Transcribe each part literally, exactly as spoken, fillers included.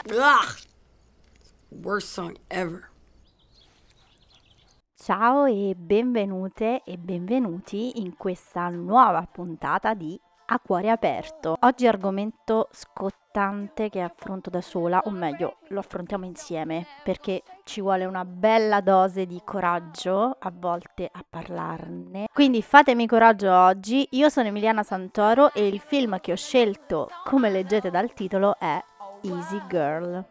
Ugh. Worst song ever. Ciao e benvenute e benvenuti in questa nuova puntata di A Cuore Aperto. Oggi argomento scottante che affronto da sola, o meglio, lo affrontiamo insieme, perché ci vuole una bella dose di coraggio a volte a parlarne. Quindi fatemi coraggio oggi. Io sono Emiliana Santoro e il film che ho scelto, come leggete dal titolo, è Easy Girl.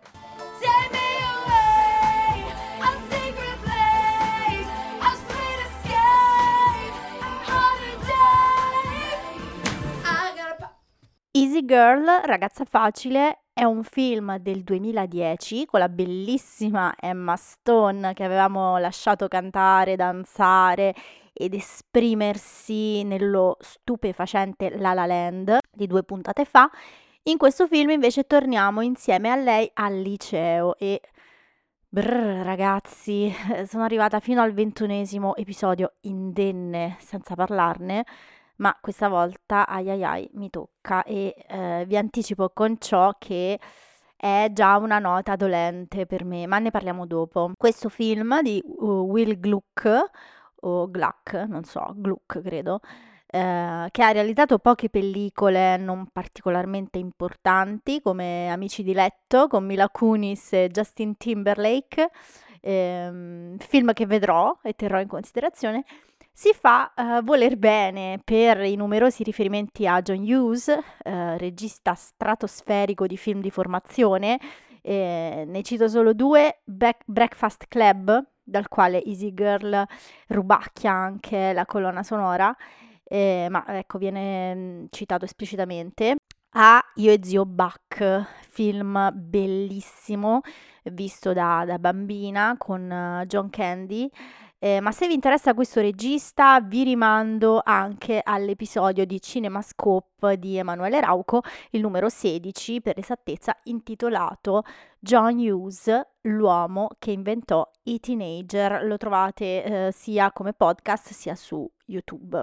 Easy Girl, ragazza facile, è un film del duemiladieci con la bellissima Emma Stone che avevamo lasciato cantare, danzare ed esprimersi nello stupefacente La La Land di due puntate fa. In questo film invece torniamo insieme a lei al liceo e... Brr, ragazzi, sono arrivata fino al ventunesimo episodio indenne senza parlarne. Ma questa volta, ai ai ai, mi tocca e eh, vi anticipo con ciò che è già una nota dolente per me, ma ne parliamo dopo. Questo film di uh, Will Gluck, o Gluck, non so, Gluck credo, eh, che ha realizzato poche pellicole non particolarmente importanti, come Amici di letto, con Mila Kunis e Justin Timberlake, ehm, film che vedrò e terrò in considerazione. Si fa uh, voler bene per i numerosi riferimenti a John Hughes, uh, regista stratosferico di film di formazione. Eh, ne cito solo due: Back- Breakfast Club, dal quale Easy Girl rubacchia anche la colonna sonora, eh, ma ecco, viene mh, citato esplicitamente. A Io e Zio Buck, film bellissimo, visto da, da bambina con uh, John Candy. Eh, ma se vi interessa questo regista vi rimando anche all'episodio di CinemaScope di Emanuele Rauco, il numero sedici per esattezza, intitolato John Hughes, l'uomo che inventò i teenager. Lo trovate eh, sia come podcast sia su YouTube.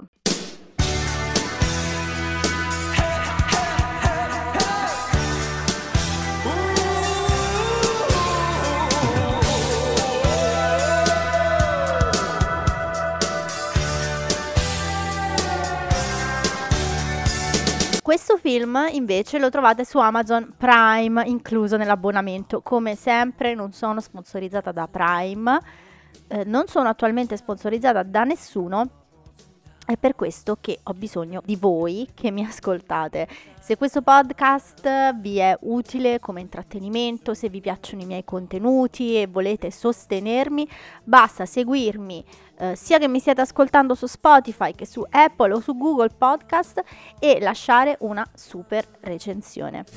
Questo film invece lo trovate su Amazon Prime, incluso nell'abbonamento. Come sempre non sono sponsorizzata da Prime, eh, non sono attualmente sponsorizzata da nessuno. È per questo che ho bisogno di voi che mi ascoltate. Se questo podcast vi è utile come intrattenimento, se vi piacciono i miei contenuti e volete sostenermi, basta seguirmi eh, sia che mi stiate ascoltando su Spotify che su Apple o su Google Podcast e lasciare una super recensione.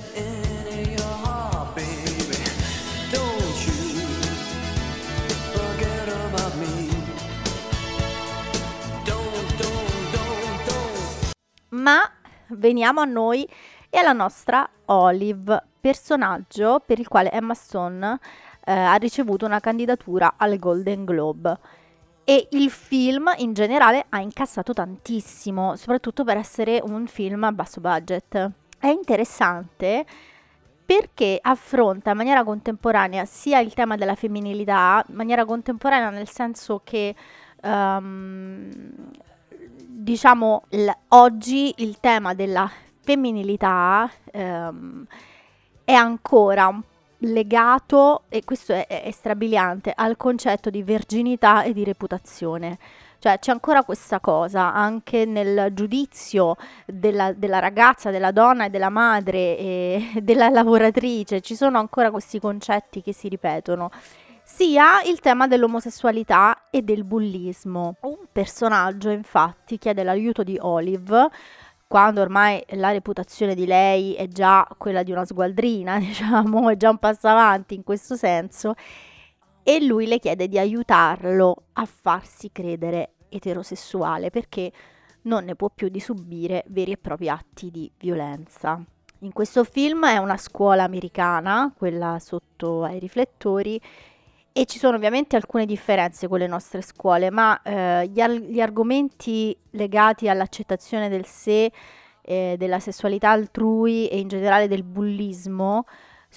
Ma veniamo a noi e alla nostra Olive, personaggio per il quale Emma Stone eh, ha ricevuto una candidatura al Golden Globe. E il film in generale ha incassato tantissimo, soprattutto per essere un film a basso budget. È interessante perché affronta in maniera contemporanea sia il tema della femminilità, in maniera contemporanea nel senso che... Um, diciamo l- oggi il tema della femminilità ehm, è ancora un- legato, e questo è, è strabiliante, al concetto di verginità e di reputazione. Cioè c'è ancora questa cosa anche nel giudizio della, della ragazza, della donna e della madre e della lavoratrice. Ci sono ancora questi concetti che si ripetono. Sia il tema dell'omosessualità e del bullismo. Un personaggio infatti chiede l'aiuto di Olive quando ormai la reputazione di lei è già quella di una sgualdrina, diciamo, è già un passo avanti in questo senso, e lui le chiede di aiutarlo a farsi credere eterosessuale perché non ne può più di subire veri e propri atti di violenza. In questo film è una scuola americana, quella sotto ai riflettori, e ci sono ovviamente alcune differenze con le nostre scuole, ma eh, gli, ar- gli argomenti legati all'accettazione del sé, eh, della sessualità altrui e in generale del bullismo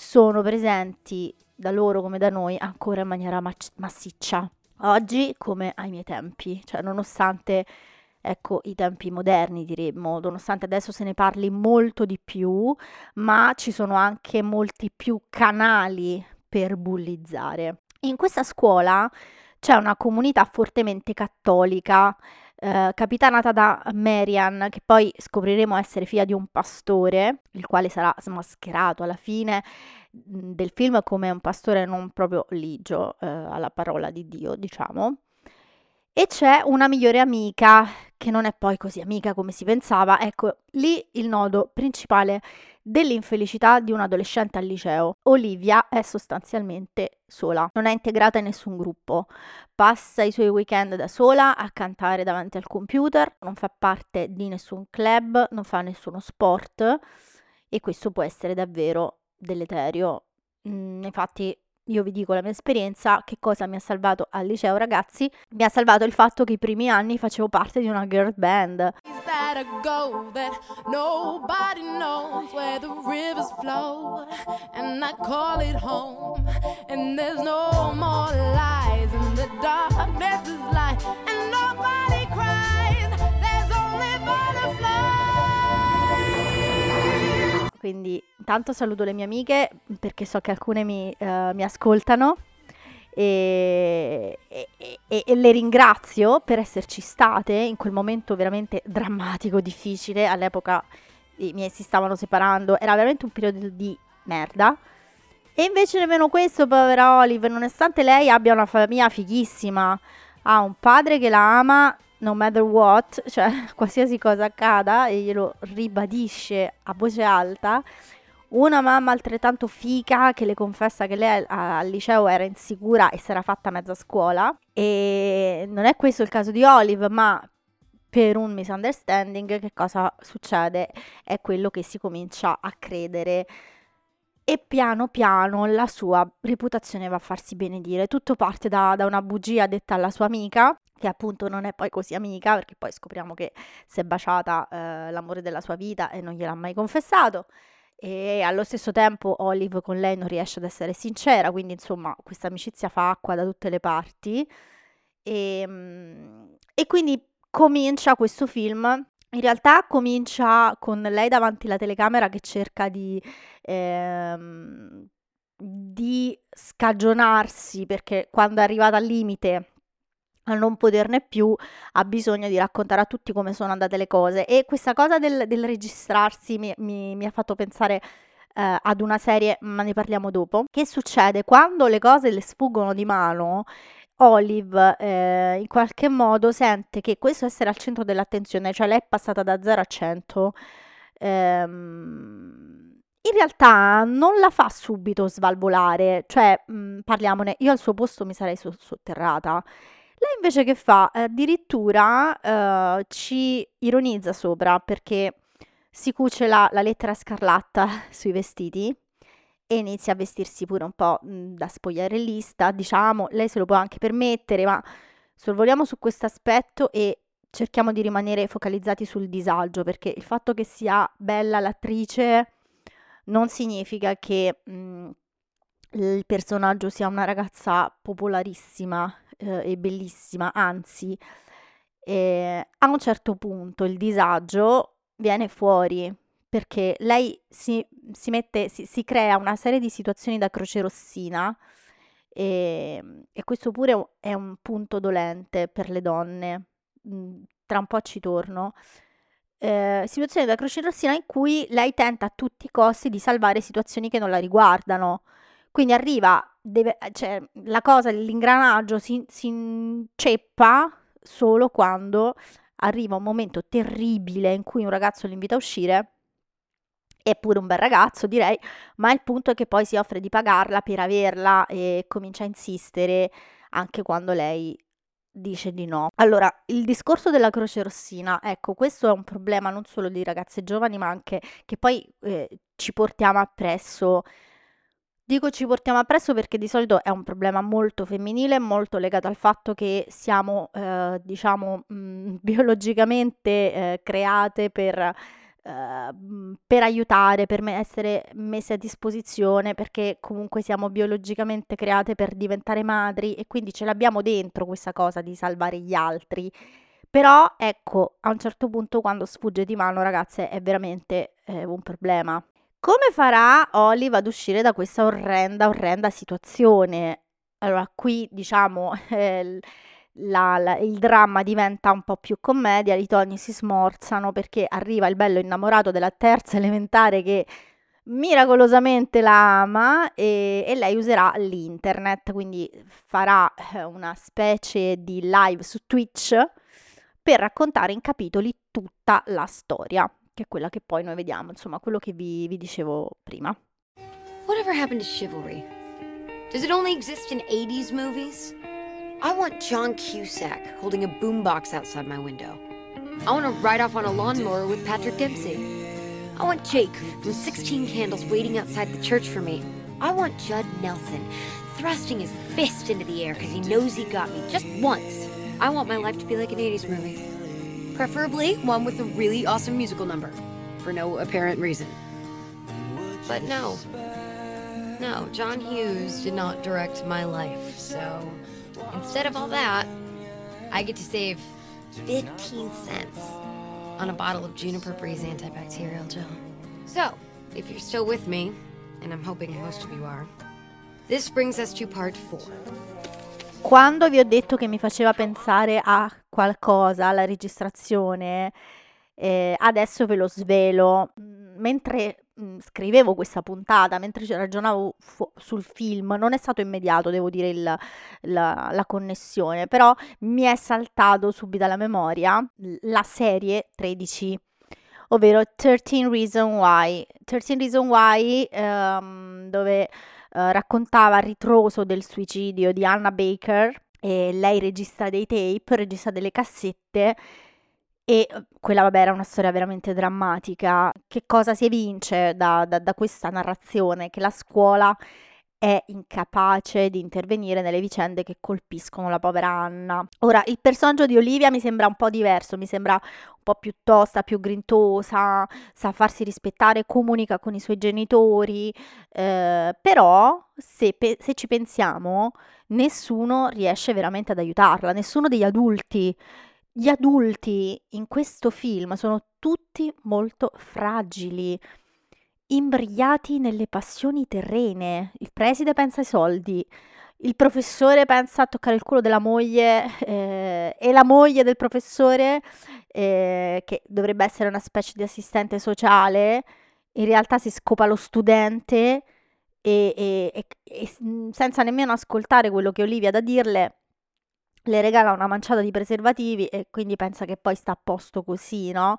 sono presenti da loro come da noi ancora in maniera mac- massiccia. Oggi come ai miei tempi, cioè nonostante ecco i tempi moderni diremmo, nonostante adesso se ne parli molto di più, ma ci sono anche molti più canali per bullizzare. In questa scuola c'è una comunità fortemente cattolica, eh, capitanata da Marian, che poi scopriremo essere figlia di un pastore, il quale sarà smascherato alla fine mh, del film come un pastore non proprio ligio eh, alla parola di Dio, diciamo. E c'è una migliore amica che non è poi così amica come si pensava. Ecco, lì il nodo principale dell'infelicità di un adolescente al liceo. Olivia è sostanzialmente sola, non è integrata in nessun gruppo, passa i suoi weekend da sola a cantare davanti al computer, non fa parte di nessun club, non fa nessuno sport e questo può essere davvero deleterio. Mm, infatti io vi dico la mia esperienza, che cosa mi ha salvato al liceo, ragazzi? Mi ha salvato il fatto che i primi anni facevo parte di una girl band. Is that a go that nobody knows where the rivers flow and I call it home and there's no more lies and the darkness is light and nobody cries, there's only butterflies. Quindi intanto saluto le mie amiche perché so che alcune mi, eh, mi ascoltano e, e- e- e le ringrazio per esserci state in quel momento veramente drammatico, difficile. All'epoca i miei si stavano separando, era veramente un periodo di merda. E invece nemmeno questo, povera Olive, nonostante lei abbia una famiglia fighissima, ha un padre che la ama no matter what, cioè qualsiasi cosa accada e glielo ribadisce a voce alta, una mamma altrettanto fica che le confessa che lei a- al liceo era insicura e si era fatta mezza scuola. E non è questo il caso di Olive, ma per un misunderstanding che cosa succede? È quello che si comincia a credere e piano piano la sua reputazione va a farsi benedire. Tutto parte da, da una bugia detta alla sua amica, che appunto non è poi così amica, perché poi scopriamo che si è baciata eh, l'amore della sua vita e non gliel'ha mai confessato. E allo stesso tempo Olive con lei non riesce ad essere sincera, quindi insomma questa amicizia fa acqua da tutte le parti. E, mm, e quindi comincia questo film. In realtà comincia con lei davanti alla telecamera che cerca di, ehm, di scagionarsi perché quando è arrivata al limite a non poterne più ha bisogno di raccontare a tutti come sono andate le cose e questa cosa del, del registrarsi mi, mi- mi ha fatto pensare eh, ad una serie, ma ne parliamo dopo. Che succede quando le cose le sfuggono di mano? Olive eh, in qualche modo sente che questo essere al centro dell'attenzione, cioè lei è passata da zero a cento, ehm, in realtà non la fa subito svalvolare, cioè mh, parliamone, io al suo posto mi sarei so- sotterrata. Lei invece che fa? Eh, Addirittura eh, ci ironizza sopra perché si cuce la, la lettera scarlatta sui vestiti e inizia a vestirsi pure un po' mh, da spogliarellista, diciamo, lei se lo può anche permettere, ma sorvoliamo su questo aspetto e cerchiamo di rimanere focalizzati sul disagio, perché il fatto che sia bella l'attrice non significa che mh, il personaggio sia una ragazza popolarissima eh, e bellissima, anzi, eh, a un certo punto il disagio viene fuori perché lei si, si mette, si, si crea una serie di situazioni da crocerossina e, e questo pure è un punto dolente per le donne. Mm, Tra un po' ci torno. Eh, situazioni da crocerossina in cui lei tenta a tutti i costi di salvare situazioni che non la riguardano. Quindi arriva, deve, cioè, la cosa, l'ingranaggio si, si inceppa solo quando arriva un momento terribile in cui un ragazzo l'invita a uscire, è pure un bel ragazzo direi, ma il punto è che poi si offre di pagarla per averla e comincia a insistere anche quando lei dice di no. Allora, il discorso della Croce Rossina, ecco, questo è un problema non solo di ragazze giovani, ma anche che poi eh, ci portiamo appresso. Dico ci portiamo appresso perché di solito è un problema molto femminile, molto legato al fatto che siamo, eh, diciamo, mh, biologicamente eh, create per eh, mh, per aiutare, per me- essere messe a disposizione, perché comunque siamo biologicamente create per diventare madri e quindi ce l'abbiamo dentro questa cosa di salvare gli altri. Però ecco, a un certo punto quando sfugge di mano, ragazze, è veramente eh, un problema. Come farà Olive ad uscire da questa orrenda, orrenda situazione? Allora, qui diciamo eh, l- la- la- il dramma diventa un po' più commedia, i toni si smorzano perché arriva il bello innamorato della terza elementare che miracolosamente la ama e, e lei userà l'internet, quindi farà eh, una specie di live su Twitch per raccontare in capitoli tutta la storia, che è quella che poi noi vediamo, insomma, quello che vi, vi dicevo prima. Whatever happened to chivalry? Does it only exist in eighties movies? I want John Cusack holding a boombox outside my window. I want to ride off on a lawnmower with Patrick Dempsey. I want Jake from sixteen Candles waiting outside the church for me. I want Judd Nelson thrusting his fist into the air because he knows he got me just once. I want my life to be like an eighties movie. Preferably one with a really awesome musical number, for no apparent reason. But no. No, John Hughes did not direct my life, so instead of all that, I get to save fifteen cents on a bottle of Juniper Breeze antibacterial gel. So, if you're still with me, and I'm hoping most of you are, this brings us to part four. Quando vi ho detto che mi faceva pensare a qualcosa, alla registrazione, eh, adesso ve lo svelo. Mm, Mentre mm, scrivevo questa puntata, mentre ci ragionavo fu- sul film, non è stato immediato, devo dire, il- la, la connessione, però mi è saltato subito alla memoria l- la serie tredici, ovvero tredici Reason Why. tredici Reason Why, ehm, dove eh, raccontava a ritroso del suicidio di Anna Baker e lei registra dei tape, registra delle cassette e eh, quella vabbè era una storia veramente drammatica. Che cosa si evince da, da- da questa narrazione? Che la scuola è incapace di intervenire nelle vicende che colpiscono la povera Anna. Ora, il personaggio di Olivia mi sembra un po' diverso, mi sembra un po' più tosta, più grintosa, sa farsi rispettare, comunica con i suoi genitori, eh, però se, pe- se ci pensiamo, nessuno riesce veramente ad aiutarla, nessuno degli adulti. Gli adulti in questo film sono tutti molto fragili, imbrigliati nelle passioni terrene. Il preside pensa ai soldi, il professore pensa a toccare il culo della moglie eh, e la moglie del professore, eh, che dovrebbe essere una specie di assistente sociale, in realtà si scopa lo studente e, e- e- e s- senza nemmeno ascoltare quello che Olivia ha da dirle, le regala una manciata di preservativi e quindi pensa che poi sta a posto così, no?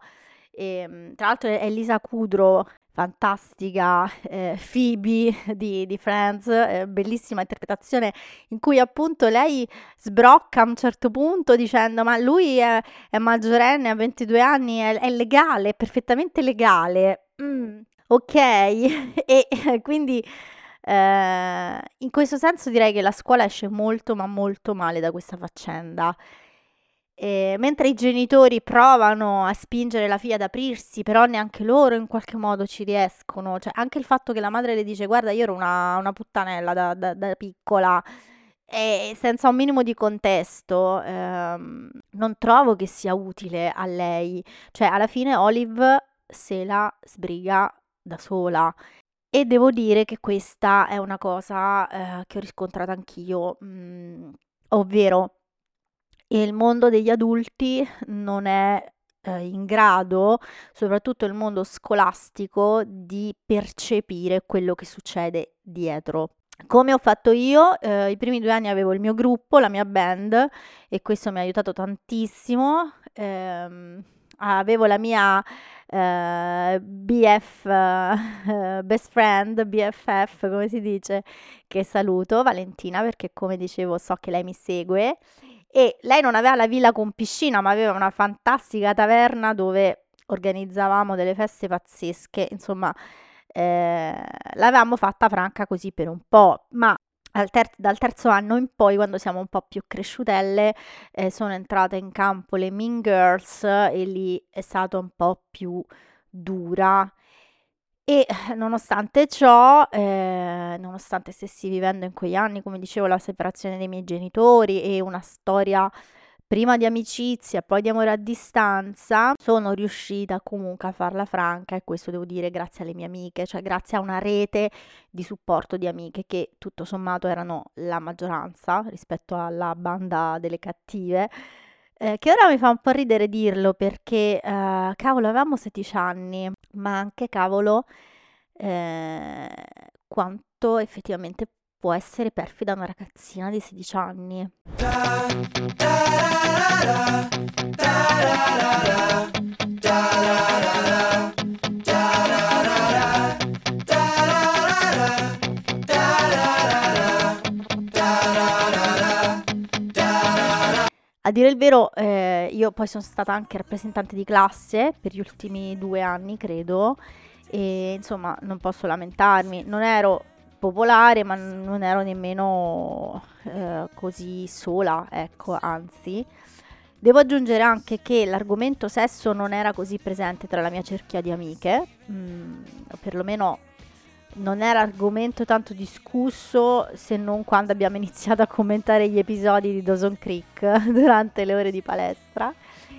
E, tra l'altro è Lisa Kudrow, fantastica, eh, Phoebe di, di Friends, eh, bellissima interpretazione in cui appunto lei sbrocca a un certo punto dicendo ma lui è, è maggiorenne, ha ventidue anni, è, è legale, è perfettamente legale. Mm, ok, e quindi eh, in questo senso direi che la scuola esce molto ma molto male da questa faccenda. E mentre i genitori provano a spingere la figlia ad aprirsi, però neanche loro in qualche modo ci riescono. Cioè, anche il fatto che la madre le dice: Guarda, io ero una, una puttanella da, da- da piccola, e senza un minimo di contesto, ehm, non trovo che sia utile a lei. Cioè, alla fine Olive se la sbriga da sola. E devo dire che questa è una cosa eh, che ho riscontrato anch'io, mm, ovvero il mondo degli adulti non è eh, in grado, soprattutto il mondo scolastico, di percepire quello che succede dietro. Come ho fatto io, eh, i primi due anni avevo il mio gruppo, la mia band, e questo mi ha aiutato tantissimo. Ehm, avevo la mia eh, B F, eh, best friend, B F F, come si dice, che saluto, Valentina, perché come dicevo so che lei mi segue. E lei non aveva la villa con piscina, ma aveva una fantastica taverna dove organizzavamo delle feste pazzesche. Insomma, eh, l'avevamo fatta franca così per un po', ma al ter- dal terzo anno in poi, quando siamo un po' più cresciutelle, eh, sono entrate in campo le Mean Girls e lì è stato un po' più dura. E nonostante ciò, eh, nonostante stessi vivendo in quegli anni, come dicevo, la separazione dei miei genitori e una storia prima di amicizia, poi di amore a distanza, sono riuscita comunque a farla franca, e questo devo dire grazie alle mie amiche, cioè grazie a una rete di supporto di amiche che tutto sommato erano la maggioranza rispetto alla banda delle cattive. Eh, che ora mi fa un po' ridere dirlo perché, eh, cavolo, avevamo sedici anni, ma anche, cavolo, eh, quanto effettivamente può essere perfida una ragazzina di sedici anni. A dire il vero, eh, io poi sono stata anche rappresentante di classe per gli ultimi due anni, credo, e insomma non posso lamentarmi. Non ero popolare, ma non ero nemmeno eh, così sola, ecco, anzi. Devo aggiungere anche che l'argomento sesso non era così presente tra la mia cerchia di amiche, mm, o perlomeno non era argomento tanto discusso, se non quando abbiamo iniziato a commentare gli episodi di Dawson Creek durante le ore di palestra.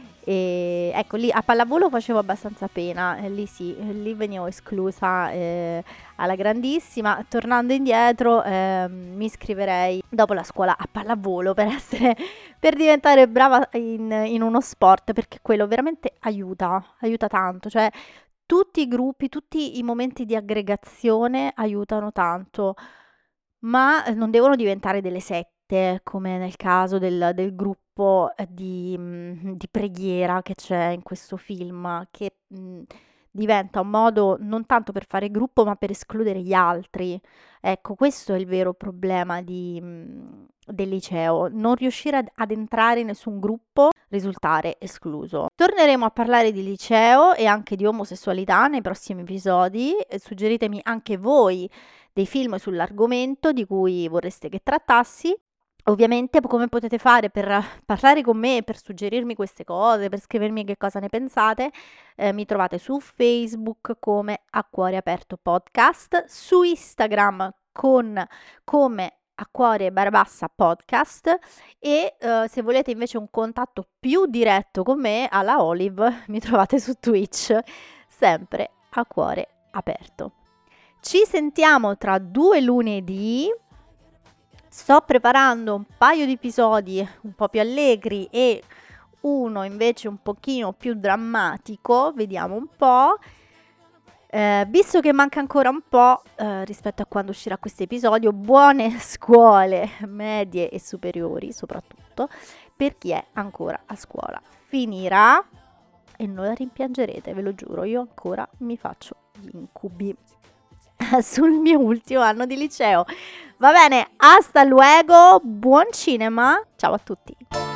E ecco, lì a pallavolo facevo abbastanza pena, e lì sì, lì venivo esclusa eh, alla grandissima. Tornando indietro, eh, mi iscriverei dopo la scuola a pallavolo per essere, per diventare brava in, in uno sport, perché quello veramente aiuta, aiuta tanto, cioè tutti i gruppi, tutti i momenti di aggregazione aiutano tanto, ma non devono diventare delle sette, come nel caso del, del gruppo eh, di, mh, di preghiera che c'è in questo film, che mh, diventa un modo non tanto per fare gruppo, ma per escludere gli altri. Ecco, questo è il vero problema di, mh, del liceo, non riuscire ad, ad entrare in nessun gruppo, risultare escluso. Torneremo a parlare di liceo e anche di omosessualità nei prossimi episodi. Eh, Suggeritemi anche voi dei film sull'argomento di cui vorreste che trattassi. Ovviamente, come potete fare per parlare con me, per suggerirmi queste cose, per scrivermi che cosa ne pensate, eh, mi trovate su Facebook come A Cuore Aperto Podcast, su Instagram con come A Cuore Barbassa Podcast, e eh, se volete invece un contatto più diretto con me, alla Olive, mi trovate su Twitch, sempre A Cuore Aperto. Ci sentiamo tra due lunedì. Sto preparando un paio di episodi un po' più allegri e uno invece un pochino più drammatico, vediamo un po'. Eh, visto che manca ancora un po' eh, rispetto a quando uscirà questo episodio, buone scuole medie e superiori soprattutto per chi è ancora a scuola. Finirà e non la rimpiangerete, ve lo giuro, io ancora mi faccio gli incubi sul mio ultimo anno di liceo. Va bene, hasta luego, buon cinema, ciao a tutti.